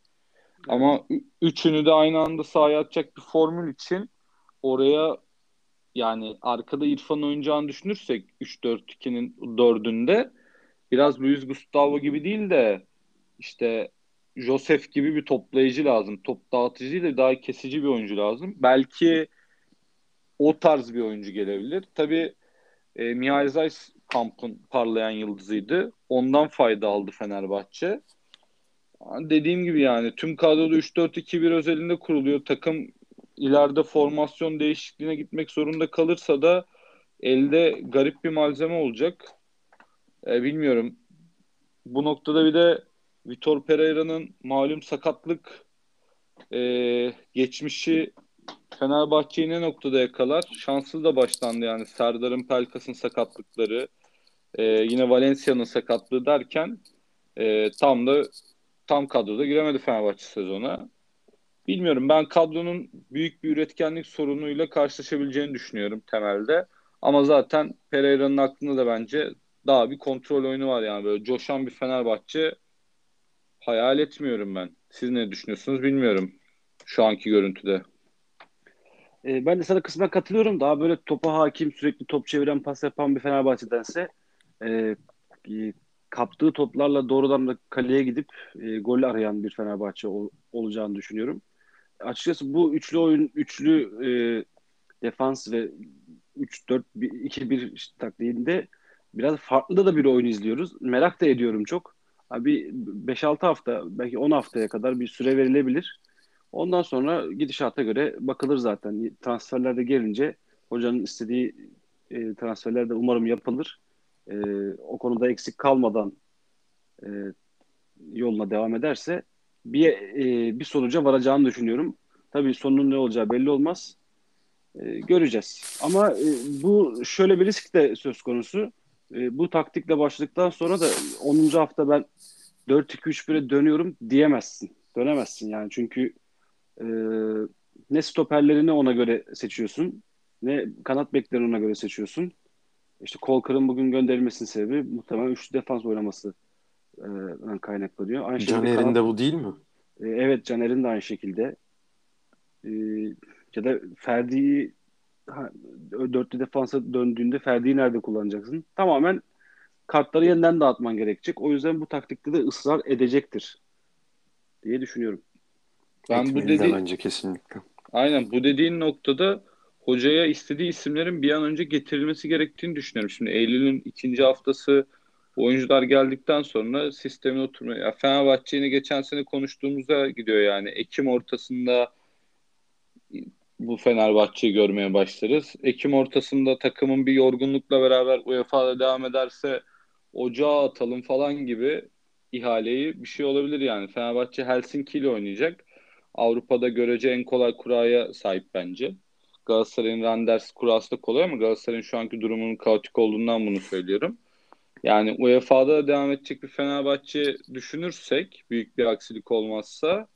Evet. Ama ü- üçünü de aynı anda sahaya atacak bir formül için oraya, yani arkada İrfan oynayacağını düşünürsek üç dört ikinin dördünde biraz Luis Gustavo gibi değil de işte Josef gibi bir toplayıcı lazım. Top dağıtıcı değil de daha kesici bir oyuncu lazım. Belki o tarz bir oyuncu gelebilir. Tabii e, Mihail Zeiss kampın parlayan yıldızıydı. Ondan fayda aldı Fenerbahçe. Dediğim gibi yani tüm kadroda üç dört iki bir özelinde kuruluyor. Takım ileride formasyon değişikliğine gitmek zorunda kalırsa da elde garip bir malzeme olacak. E, bilmiyorum. Bu noktada bir de Vitor Pereira'nın malum sakatlık e, geçmişi Fenerbahçe'yi ne noktada yakalar? Şanssız da başlandı yani. Serdar'ın, Pelkas'ın sakatlıkları, e, yine Valencia'nın sakatlığı derken e, tam da tam kadroda giremedi Fenerbahçe sezona. Bilmiyorum, ben kadronun büyük bir üretkenlik sorunuyla karşılaşabileceğini düşünüyorum temelde. Ama zaten Pereira'nın aklında da bence daha bir kontrol oyunu var yani, böyle coşan bir Fenerbahçe hayal etmiyorum ben. Siz ne düşünüyorsunuz bilmiyorum şu anki görüntüde. Ee, ben de sana kısmen katılıyorum. Daha böyle topa hakim, sürekli top çeviren, pas yapan bir Fenerbahçe'dense e, e, kaptığı toplarla doğrudan da kaleye gidip e, gol arayan bir Fenerbahçe ol- olacağını düşünüyorum. Açıkçası bu üçlü oyun, üçlü e, defans ve üç dört iki bir taktiğinde biraz farklı da bir oyun izliyoruz. Merak da ediyorum çok. Abi beş altı hafta belki on haftaya kadar bir süre verilebilir. Ondan sonra gidişata göre bakılır zaten. Transferler de gelince hocanın istediği e, transferler de umarım yapılır. E, O konuda eksik kalmadan e, yoluna devam ederse bir e, bir sonuca varacağını düşünüyorum. Tabii sonunun ne olacağı belli olmaz. E, göreceğiz. Ama e, bu şöyle bir risk de söz konusu. E, bu taktikle başladıktan sonra da onuncu hafta ben dört iki üç bire dönüyorum diyemezsin. Dönemezsin yani çünkü e, ne stoperlerini ona göre seçiyorsun, ne kanat beklerini ona göre seçiyorsun. İşte Kolkar'ın bugün gönderilmesinin sebebi muhtemelen üçlü defans oynaması e, kaynaklanıyor. Aynı şekilde Caner'in kanat de bu değil mi? e, evet Caner'in de aynı şekilde e, ya da Ferdi'yi ha, dörtlü defansa döndüğünde Ferdi'yi nerede kullanacaksın? Tamamen kartları yeniden dağıtman gerekecek. O yüzden bu taktikte de ısrar edecektir diye düşünüyorum. Ben bu Etmeli de dedi bence kesinlikle. aynen bu dediğin noktada hocaya istediği isimlerin bir an önce getirilmesi gerektiğini düşünüyorum. Şimdi Eylül'ün ikinci haftası oyuncular geldikten sonra sistemin oturmaya. Ya Fenerbahçe yine geçen sene konuştuğumuzda gidiyor yani. Ekim ortasında bu Fenerbahçe'yi görmeye başlarız. Ekim ortasında takımın bir yorgunlukla beraber U E F A'da devam ederse ocağa atalım falan gibi ihaleyi bir şey olabilir yani. Fenerbahçe Helsinki ile oynayacak. Avrupa'da görece en kolay kuraya sahip bence. Galatasaray'ın Randers kurası da kolay ama Galatasaray'ın şu anki durumunun kaotik olduğundan bunu söylüyorum. Yani U E F A'da devam edecek bir Fenerbahçe düşünürsek büyük bir aksilik olmazsa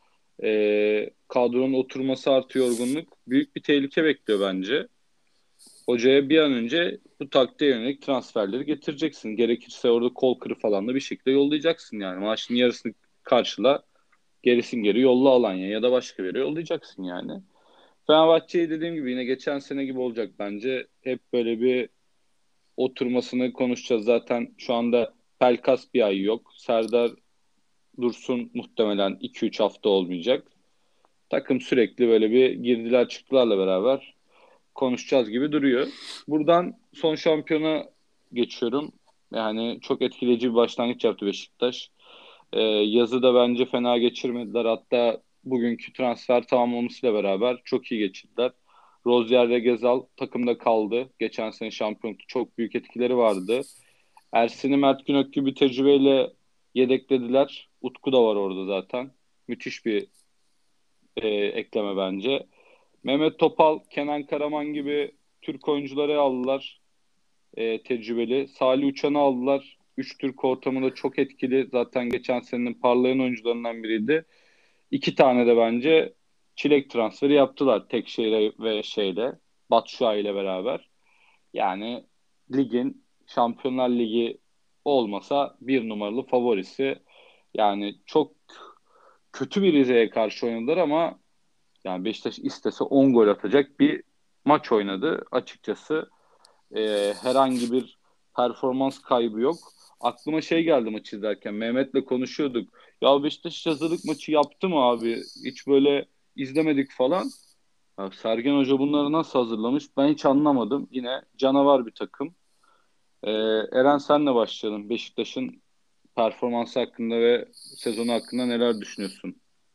e, kadronun oturması artı yorgunluk büyük bir tehlike bekliyor bence. Hocaya bir an önce bu taktiğe yönelik transferleri getireceksin. Gerekirse orada kol kırı falan da bir şekilde yollayacaksın yani. Maaşın yarısını karşıla, gerisin geri yolla Alanya ya da başka bir yere yollayacaksın yani. Fenerbahçe'yi dediğim gibi yine geçen sene gibi olacak bence. Hep böyle bir oturmasını konuşacağız. Zaten şu anda Pelkas bir ay yok. Serdar Dursun muhtemelen iki üç hafta olmayacak. Takım sürekli böyle bir girdiler çıktılarla beraber konuşacağız gibi duruyor. Buradan son şampiyona geçiyorum. Yani çok etkileyici bir başlangıç yaptı Beşiktaş. Ee, yazı da bence fena geçirmediler. Hatta bugünkü transfer tamamlamasıyla beraber çok iyi geçirdiler. Rozier ve Gezal takımda kaldı. Geçen sene şampiyonlukta çok büyük etkileri vardı. Ersin'i Mert Günok gibi bir tecrübeyle yedeklediler. Utku da var orada zaten. Müthiş bir e, ekleme bence. Mehmet Topal, Kenan Karaman gibi Türk oyuncuları aldılar. E, tecrübeli. Salih Uçan'ı aldılar. Üç Türk ortamında çok etkili. Zaten geçen senenin parlayan oyuncularından biriydi. İki tane de bence çilek transferi yaptılar. Tekşehir'e ve şeyle. Batshuayi ile beraber. Yani ligin Şampiyonlar Ligi olmasa bir numaralı favorisi. Yani çok kötü bir Rize'ye karşı oynadılar ama yani Beşiktaş istese on gol atacak bir maç oynadı. Açıkçası e, herhangi bir performans kaybı yok. Aklıma şey geldi maçı izlerken. Mehmet'le konuşuyorduk. Ya Beşiktaş hazırlık maçı yaptı mı abi? Hiç böyle izlemedik falan. Ya Sergen Hoca bunları nasıl hazırlamış? Ben hiç anlamadım. Yine canavar bir takım. E, Eren senle başlayalım. Beşiktaş'ın performansı hakkında ve sezonu hakkında neler düşünüyorsun?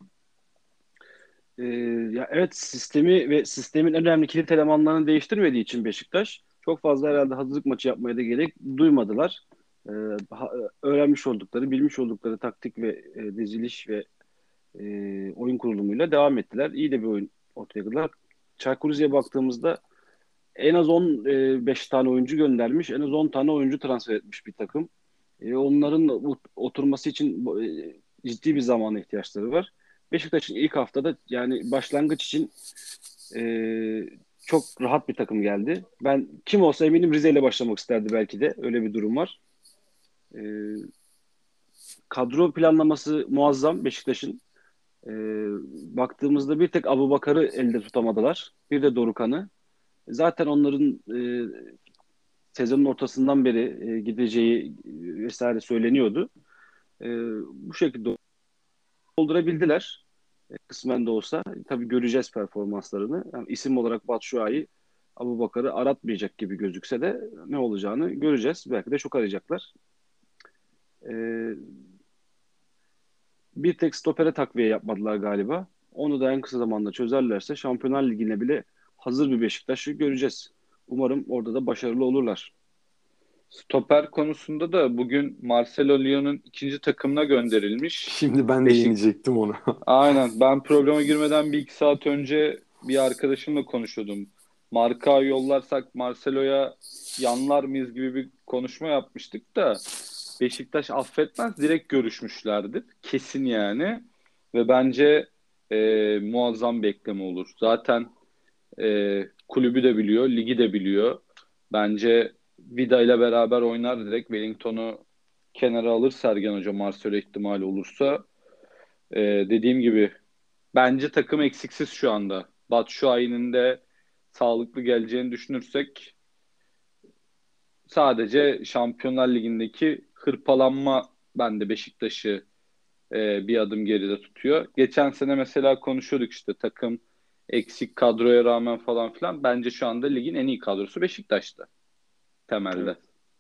Ee, Ya evet sistemi ve sistemin en önemli kilit elemanlarını değiştirmediği için Beşiktaş çok fazla herhalde hazırlık maçı yapmaya da gerek duymadılar. Ee, ha- Öğrenmiş oldukları, bilmiş oldukları taktik ve e, diziliş ve e, oyun kurulumuyla devam ettiler. İyi de bir oyun ortaya koydular. Çaykur Rize'ye baktığımızda en az on beş tane oyuncu göndermiş, en az on tane oyuncu transfer etmiş bir takım. E, onların ot- oturması için e, ciddi bir zamana ihtiyaçları var. Beşiktaş'ın ilk haftada yani başlangıç için e, çok rahat bir takım geldi. Ben kim olsa eminim Rize ile başlamak isterdi belki de. Öyle bir durum var. E, Kadro planlaması muazzam Beşiktaş'ın. E, Baktığımızda bir tek Abubakar'ı elde tutamadılar. Bir de Dorukhan'ı. Zaten onların e, sezonun ortasından beri e, gideceği e, vesaire söyleniyordu. E, Bu şekilde doldurabildiler. E, kısmen de olsa. Tabii göreceğiz performanslarını. Yani isim olarak Batshuayi Abubakar'ı aratmayacak gibi gözükse de ne olacağını göreceğiz. Belki de çok arayacaklar. E, Bir tek stopere takviye yapmadılar galiba. Onu da en kısa zamanda çözerlerse Şampiyonlar Ligi'ne bile hazır bir Beşiktaş'ı göreceğiz. Umarım orada da başarılı olurlar. Stoper konusunda da bugün Marcelo Lyon'un ikinci takımına gönderilmiş. Şimdi ben de Beşik yenecektim onu. Aynen. Ben programa girmeden bir iki saat önce bir arkadaşımla konuşuyordum. Marka yollarsak Marcelo'ya yanlar mıyız gibi bir konuşma yapmıştık da Beşiktaş affetmez. Direkt görüşmüşlerdir. Kesin yani. Ve bence e, muazzam bir ekleme olur. Zaten e, kulübü de biliyor, ligi de biliyor. Bence Vida ile beraber oynar direkt. Wellington'u kenara alır Sergen Hoca Marcelo ihtimali olursa. E, dediğim gibi bence takım eksiksiz şu anda. Batshuayi'nin de sağlıklı geleceğini düşünürsek sadece Şampiyonlar Ligi'ndeki hırpalanma bende Beşiktaş'ı e, bir adım geride tutuyor. Geçen sene mesela konuşuyorduk işte takım eksik kadroya rağmen falan filan. Bence şu anda ligin en iyi kadrosu Beşiktaş'ta temelde. Evet.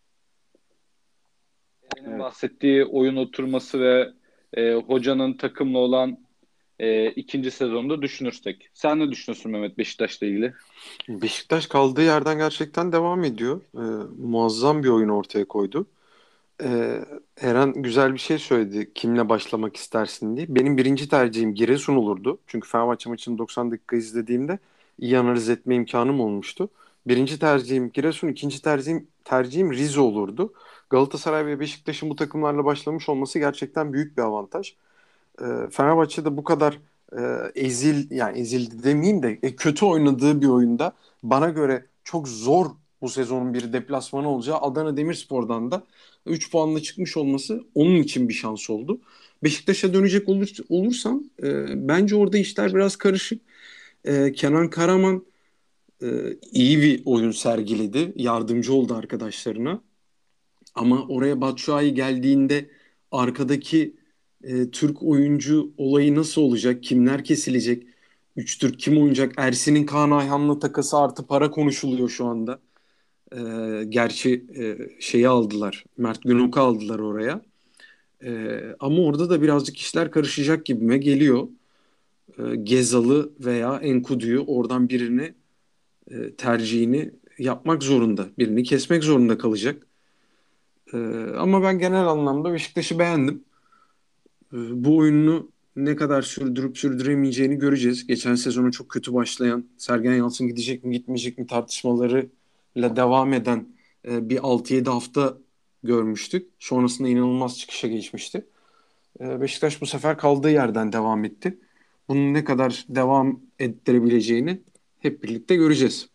Eren'in Evet. bahsettiği oyun oturması ve e, hocanın takımla olan e, ikinci sezonda düşünürsek. Sen ne düşünüyorsun Mehmet Beşiktaş'la ilgili? Beşiktaş kaldığı yerden gerçekten devam ediyor. Ee, muazzam bir oyun ortaya koydu. Ee, Eren güzel bir şey söyledi. Kimle başlamak istersin diye. Benim birinci tercihim Giresun olurdu. Çünkü Fenerbahçe maçını doksan dakika izlediğimde iyi analiz etme imkanım olmuştu. Birinci tercihim Giresun, ikinci tercihim, tercihim Rize olurdu. Galatasaray ve Beşiktaş'ın bu takımlarla başlamış olması gerçekten büyük bir avantaj. Ee, Fenerbahçe'de bu kadar e, ezil yani ezildi demeyeyim de e, kötü oynadığı bir oyunda bana göre çok zor bu sezonun bir deplasmanı olacağı Adana Demirspor'dan da üç puanla çıkmış olması onun için bir şans oldu. Beşiktaş'a dönecek olur, olursam e, bence orada işler biraz karışık. E, Kenan Karaman e, iyi bir oyun sergiledi. Yardımcı oldu arkadaşlarına. Ama oraya Batshuayi geldiğinde arkadaki e, Türk oyuncu olayı nasıl olacak? Kimler kesilecek? Üç Türk kim oynayacak? Ersin'in Kaan Ayhan'la takası artı para konuşuluyor şu anda. E, gerçi e, şeyi aldılar. Mert Günok'u aldılar oraya. E, ama orada da birazcık işler karışacak gibime geliyor. E, Gezal'ı veya Enkudu'yu oradan birini e, tercihini yapmak zorunda. Birini kesmek zorunda kalacak. Ee, ama ben genel anlamda Beşiktaş'ı beğendim. Ee, bu oyununu ne kadar sürdürüp sürdüremeyeceğini göreceğiz. Geçen sezonu çok kötü başlayan, Sergen Yalçın gidecek mi gitmeyecek mi tartışmalarıyla devam eden e, bir altı yedi hafta görmüştük. Sonrasında inanılmaz çıkışa geçmişti. Ee, Beşiktaş bu sefer kaldığı yerden devam etti. Bunu ne kadar devam ettirebileceğini hep birlikte göreceğiz.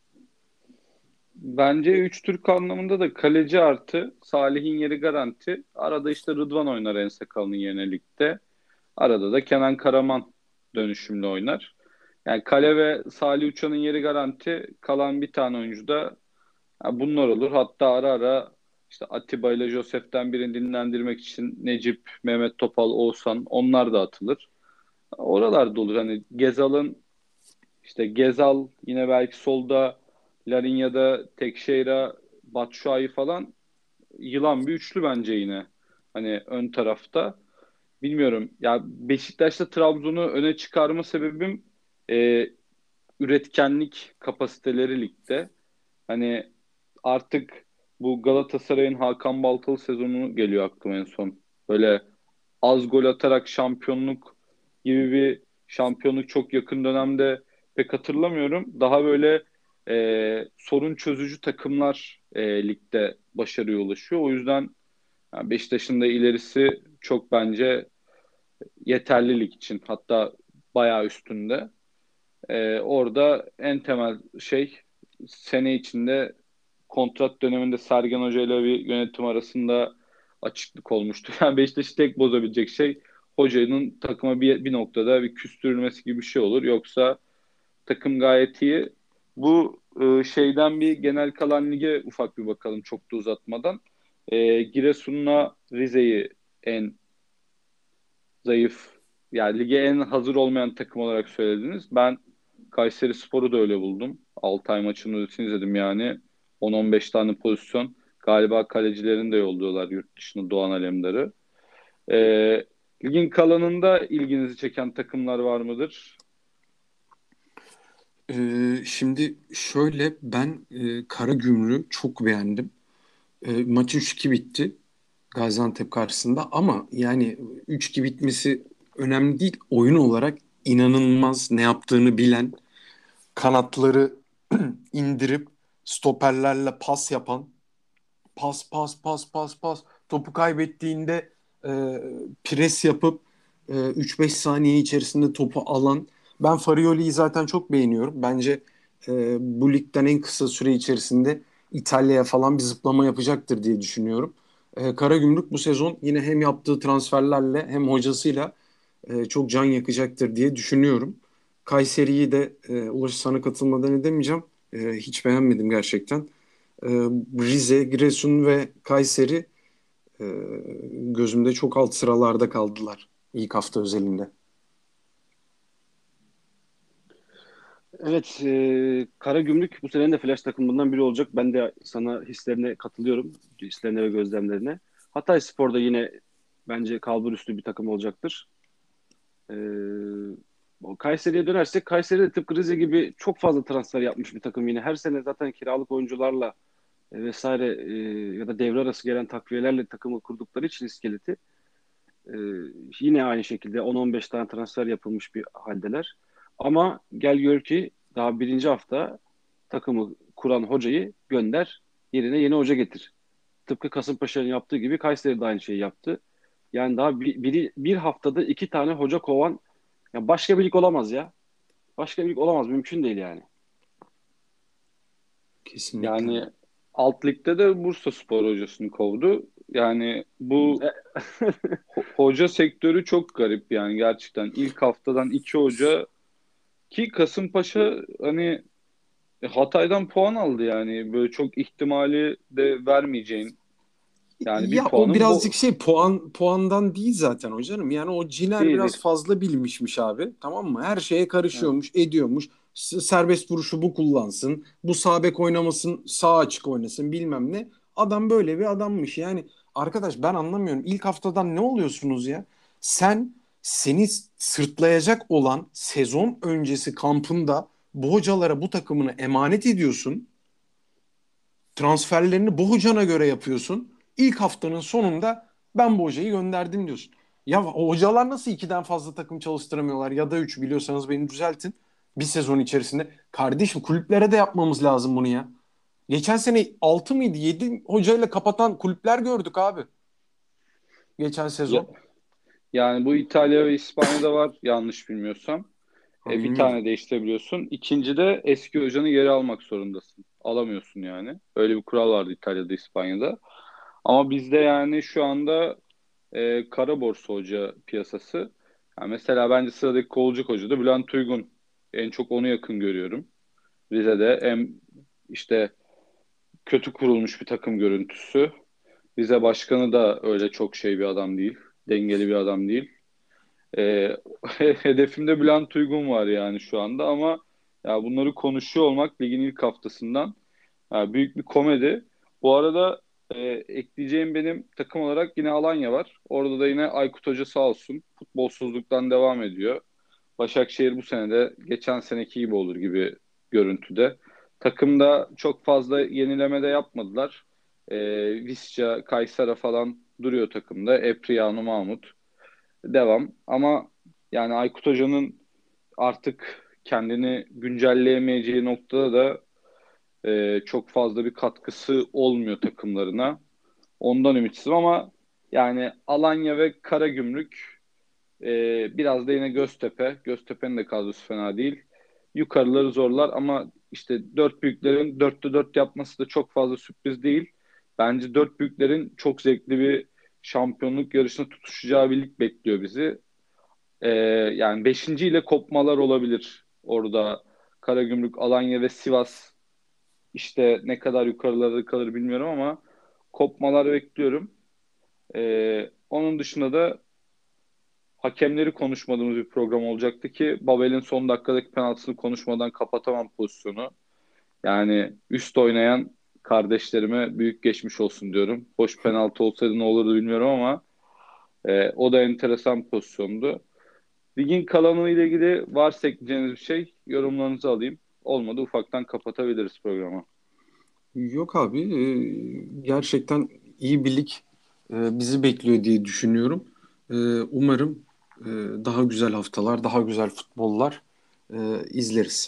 Bence üç Türk anlamında da kaleci artı Salih'in yeri garanti. Arada işte Rıdvan oynar en sakalının yerine ligde. Arada da Kenan Karaman dönüşümlü oynar. Yani Kale ve Salih Uçan'ın yeri garanti. Kalan bir tane oyuncu da ha, bunlar olur. Hatta ara ara işte Atiba ile Josef'ten birini dinlendirmek için Necip, Mehmet Topal, Oğuzhan onlar da atılır. Oralarda olur. Hani Gezal'ın işte Gezal yine belki solda Larinya'da Tekşehir'e Batshuayi falan yılan bir üçlü bence yine. Hani ön tarafta. Bilmiyorum. Ya Beşiktaş'ta Trabzon'u öne çıkarma sebebim e, üretkenlik kapasiteleri ligde. Hani artık bu Galatasaray'ın Hakan Baltalı sezonu geliyor aklıma en son. Böyle az gol atarak şampiyonluk gibi bir şampiyonluk çok yakın dönemde pek hatırlamıyorum. Daha böyle e, sorun çözücü takımlar e, ligde başarıya ulaşıyor. O yüzden yani Beşiktaş'ın da ilerisi çok bence yeterli lig için. Hatta bayağı üstünde. E, orada en temel şey sene içinde kontrat döneminde Sergen Hoca ile bir yönetim arasında açıklık olmuştu. Yani Beşiktaş'ı tek bozabilecek şey hocanın takıma bir, bir noktada bir küstürülmesi gibi bir şey olur. Yoksa takım gayet iyi. Bu e, şeyden bir genel kalan lige ufak bir bakalım çok da uzatmadan. E, Giresun'la Rize'yi en zayıf yani lige en hazır olmayan takım olarak söylediniz. Ben Kayserispor'u da öyle buldum. Altay maçının özetini izledim yani. on on beş tane pozisyon. Galiba kalecilerini de yolluyorlar yurt dışına Doğan Alemdar'ı. Ee, Ligin kalanında ilginizi çeken takımlar var mıdır? Ee, şimdi şöyle ben e, Karagümrük'ü çok beğendim. E, maç üç iki bitti Gaziantep karşısında ama yani üç iki bitmesi önemli değil. Oyun olarak inanılmaz ne yaptığını bilen, kanatları indirip stoperlerle pas yapan, pas pas pas pas pas topu kaybettiğinde e, pres yapıp e, üç beş saniye içerisinde topu alan. Ben Farioli'yi zaten çok beğeniyorum. Bence e, bu ligden en kısa süre içerisinde İtalya'ya falan bir zıplama yapacaktır diye düşünüyorum. E, Karagümrük bu sezon yine hem yaptığı transferlerle hem hocasıyla e, çok can yakacaktır diye düşünüyorum. Kayseri'yi de e, Ulaş sana katılmadan edemeyeceğim. E, hiç beğenmedim gerçekten. E, Rize, Giresun ve Kayseri e, gözümde çok alt sıralarda kaldılar ilk hafta özelinde. Evet, e, Karagümrük bu senenin de flash takımından biri olacak. Ben de sana hislerine katılıyorum. Hislerine ve gözlemlerine. Hatayspor da yine bence kalbur üstü bir takım olacaktır. E, o Kayseri'ye dönersek Kayseri de tıpkı Rize gibi çok fazla transfer yapmış bir takım yine. Her sene zaten kiralık oyuncularla e, vesaire e, ya da devre arası gelen takviyelerle takımı kurdukları için iskeleti e, yine aynı şekilde on on beş tane transfer yapılmış bir haldeler. Ama gel gör ki daha birinci hafta takımı kuran hocayı gönder, yerine yeni hoca getir. Tıpkı Kasımpaşa'nın yaptığı gibi Kayseri de aynı şeyi yaptı. Yani daha bir, biri, bir haftada iki tane hoca kovan, ya başka bir lig olamaz ya. Başka bir lig olamaz. Mümkün değil yani. Kesinlikle. Yani alt ligde de Bursaspor hocasını kovdu. Yani bu E, ho- hoca sektörü çok garip yani gerçekten. İlk haftadan iki hoca ki Kasımpaşa hani e, Hatay'dan puan aldı yani. Böyle çok ihtimali de vermeyeceğin yani bir Ya o puanın birazcık bo şey puan puandan değil zaten hocam. Yani o Ciner değil, biraz değil. fazla bilmişmiş abi. Tamam mı? Her şeye Evet. karışıyormuş, ediyormuş. S- Serbest vuruşu bu kullansın. Bu sağ bek oynamasın, sağ açık oynasın bilmem ne. Adam böyle bir adammış. Yani arkadaş ben anlamıyorum. İlk haftadan ne oluyorsunuz ya? Sen seni sırtlayacak olan sezon öncesi kampında bu hocalara bu takımını emanet ediyorsun. Transferlerini bu hocana göre yapıyorsun. İlk haftanın sonunda ben bu hocayı gönderdim diyorsun. Ya o hocalar nasıl ikiden fazla takım çalıştıramıyorlar ya da üç biliyorsanız beni düzeltin. Bir sezon içerisinde. Kardeşim kulüplere de yapmamız lazım bunu ya. Geçen sene altı mıydı yedi hocayla kapatan kulüpler gördük abi. Geçen Ya, sezon. yani bu İtalya ve İspanya'da var yanlış bilmiyorsam. Ha, E, bir bilmiyorum. tane değiştirebiliyorsun. İkinci de eski hocanı geri almak zorundasın. Alamıyorsun yani. Öyle bir kural vardı İtalya'da, İspanya'da. Ama bizde yani şu anda e, kara borsa hoca piyasası. Yani mesela bence sıradaki kolcuk hoca da Bülent Uygun. En çok onu yakın görüyorum. Rize'de hem işte kötü kurulmuş bir takım görüntüsü. Rize başkanı da öyle çok şey bir adam değil. Dengeli bir adam değil. E, hedefimde Bülent Uygun var yani şu anda ama ya bunları konuşuyor olmak ligin ilk haftasından ya büyük bir komedi. Bu arada e, ekleyeceğim benim takım olarak yine Alanya var. Orada da yine Aykut Hoca sağ olsun futbolsuzluktan devam ediyor. Başakşehir bu sene de geçen seneki gibi olur gibi görüntüde. Takımda çok fazla yenileme de yapmadılar. E, Visca, Kaysera falan duruyor takımda. Epriano, Mahmut devam. Ama yani Aykut Hoca'nın artık kendini güncelleyemeyeceği noktada da e, çok fazla bir katkısı olmuyor takımlarına. Ondan ümitsizim ama yani Alanya ve Karagümrük e, biraz da yine Göztepe. Göztepe'nin de kadrosu fena değil. Yukarıları zorlar ama işte dört büyüklerin dörtte dört yapması da çok fazla sürpriz değil. Bence dört büyüklerin çok zevkli bir şampiyonluk yarışına tutuşacağı bir lig bekliyor bizi. Ee, yani beşinci ile kopmalar olabilir. Orada Karagümrük, Alanya ve Sivas işte ne kadar yukarılarda kalır bilmiyorum ama kopmalar bekliyorum. Ee, onun dışında da hakemleri konuşmadığımız bir program olacaktı ki Babel'in son dakikadaki penaltısını konuşmadan kapatamam pozisyonu. Yani üst oynayan kardeşlerime büyük geçmiş olsun diyorum. Hoş penaltı olsaydı ne olurdu bilmiyorum ama E, o da enteresan bir pozisyondu. Ligin kalanı ile ilgili varsa ekleyeceğiniz bir şey, yorumlarınızı alayım. Olmadı ufaktan kapatabiliriz programı. Yok abi, e, gerçekten iyi bir lig e, bizi bekliyor diye düşünüyorum. E, umarım e, daha güzel haftalar, daha güzel futbollar e, izleriz.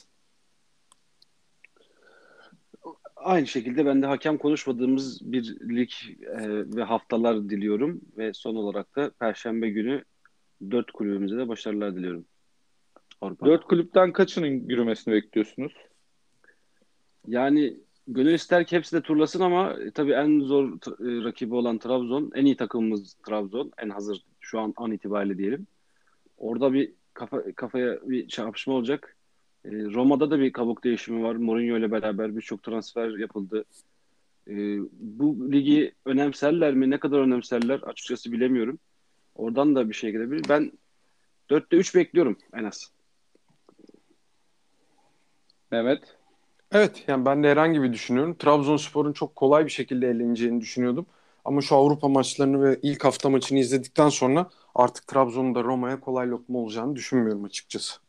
Aynı şekilde ben de hakem konuşmadığımız bir lig e, ve haftalar diliyorum ve son olarak da Perşembe günü dört kulübümüze de başarılar diliyorum Avrupa'da. Dört kulüpten kaçının yürümesini bekliyorsunuz? Yani gönül ister ki hepsi de turlasın ama e, tabii en zor t- e, rakibi olan Trabzon, en iyi takımımız Trabzon, en hazır şu an an itibariyle diyelim. Orada bir kafa kafaya bir çarpışma olacak. E, Roma'da da bir kabuk değişimi var. Mourinho ile beraber birçok transfer yapıldı. E, Bu ligi önemserler mi? Ne kadar önemserler? Açıkçası bilemiyorum. Oradan da bir şey gelebilir. Ben dörtte üç bekliyorum en az. Mehmet? Evet, yani ben de herhangi bir düşünüyorum. Trabzonspor'un çok kolay bir şekilde eleneceğini düşünüyordum. Ama şu Avrupa maçlarını ve ilk hafta maçını izledikten sonra artık Trabzon'un da Roma'ya kolay lokma olacağını düşünmüyorum açıkçası.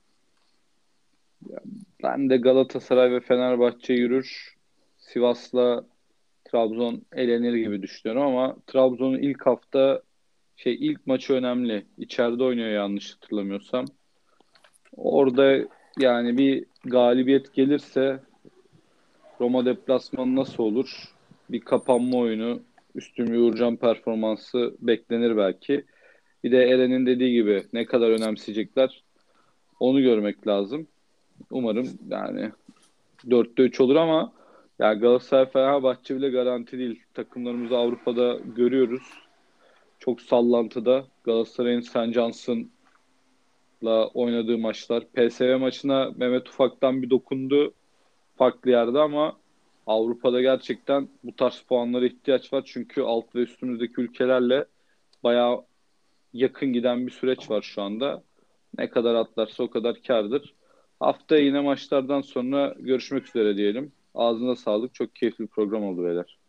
Ben de Galatasaray ve Fenerbahçe yürür. Sivas'la Trabzon elenir gibi düşünüyorum ama Trabzon'un ilk hafta şey ilk maçı önemli. İçeride oynuyor yanlış hatırlamıyorsam. Orada yani bir galibiyet gelirse Roma deplasmanı nasıl olur? Bir kapanma oyunu, üstün bir Uğurcan performansı beklenir belki. Bir de Eren'in dediği gibi ne kadar önemseyecekler onu görmek lazım. Umarım yani dörtte üç olur ama ya Galatasaray Fenerbahçe bile garanti değil. Takımlarımızı Avrupa'da görüyoruz. Çok sallantıda. Galatasaray'ın Saint Johnson'la oynadığı maçlar. P S V maçına Mehmet Ufak'tan bir dokundu farklı yerde ama Avrupa'da gerçekten bu tarz puanlara ihtiyaç var. Çünkü alt ve üstümüzdeki ülkelerle bayağı yakın giden bir süreç var şu anda. Ne kadar atlarsa o kadar kârdır. Haftaya yine maçlardan sonra görüşmek üzere diyelim. Ağzına sağlık. Çok keyifli bir program oldu beyler.